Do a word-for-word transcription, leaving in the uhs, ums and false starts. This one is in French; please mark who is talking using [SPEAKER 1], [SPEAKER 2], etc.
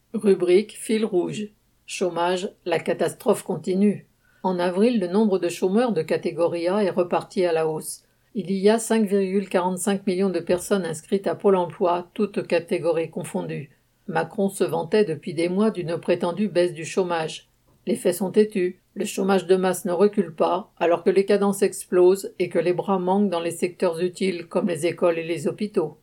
[SPEAKER 1] Rubrique fil rouge. Chômage, la catastrophe continue. En avril, le nombre de chômeurs de catégorie A est reparti à la hausse. Il y a cinq virgule quarante-cinq millions de personnes inscrites à Pôle emploi, toutes catégories confondues. Macron se vantait depuis des mois d'une prétendue baisse du chômage. Les faits sont têtus. Le chômage de masse ne recule pas, alors que les cadences explosent et que les bras manquent dans les secteurs utiles comme les écoles et les hôpitaux.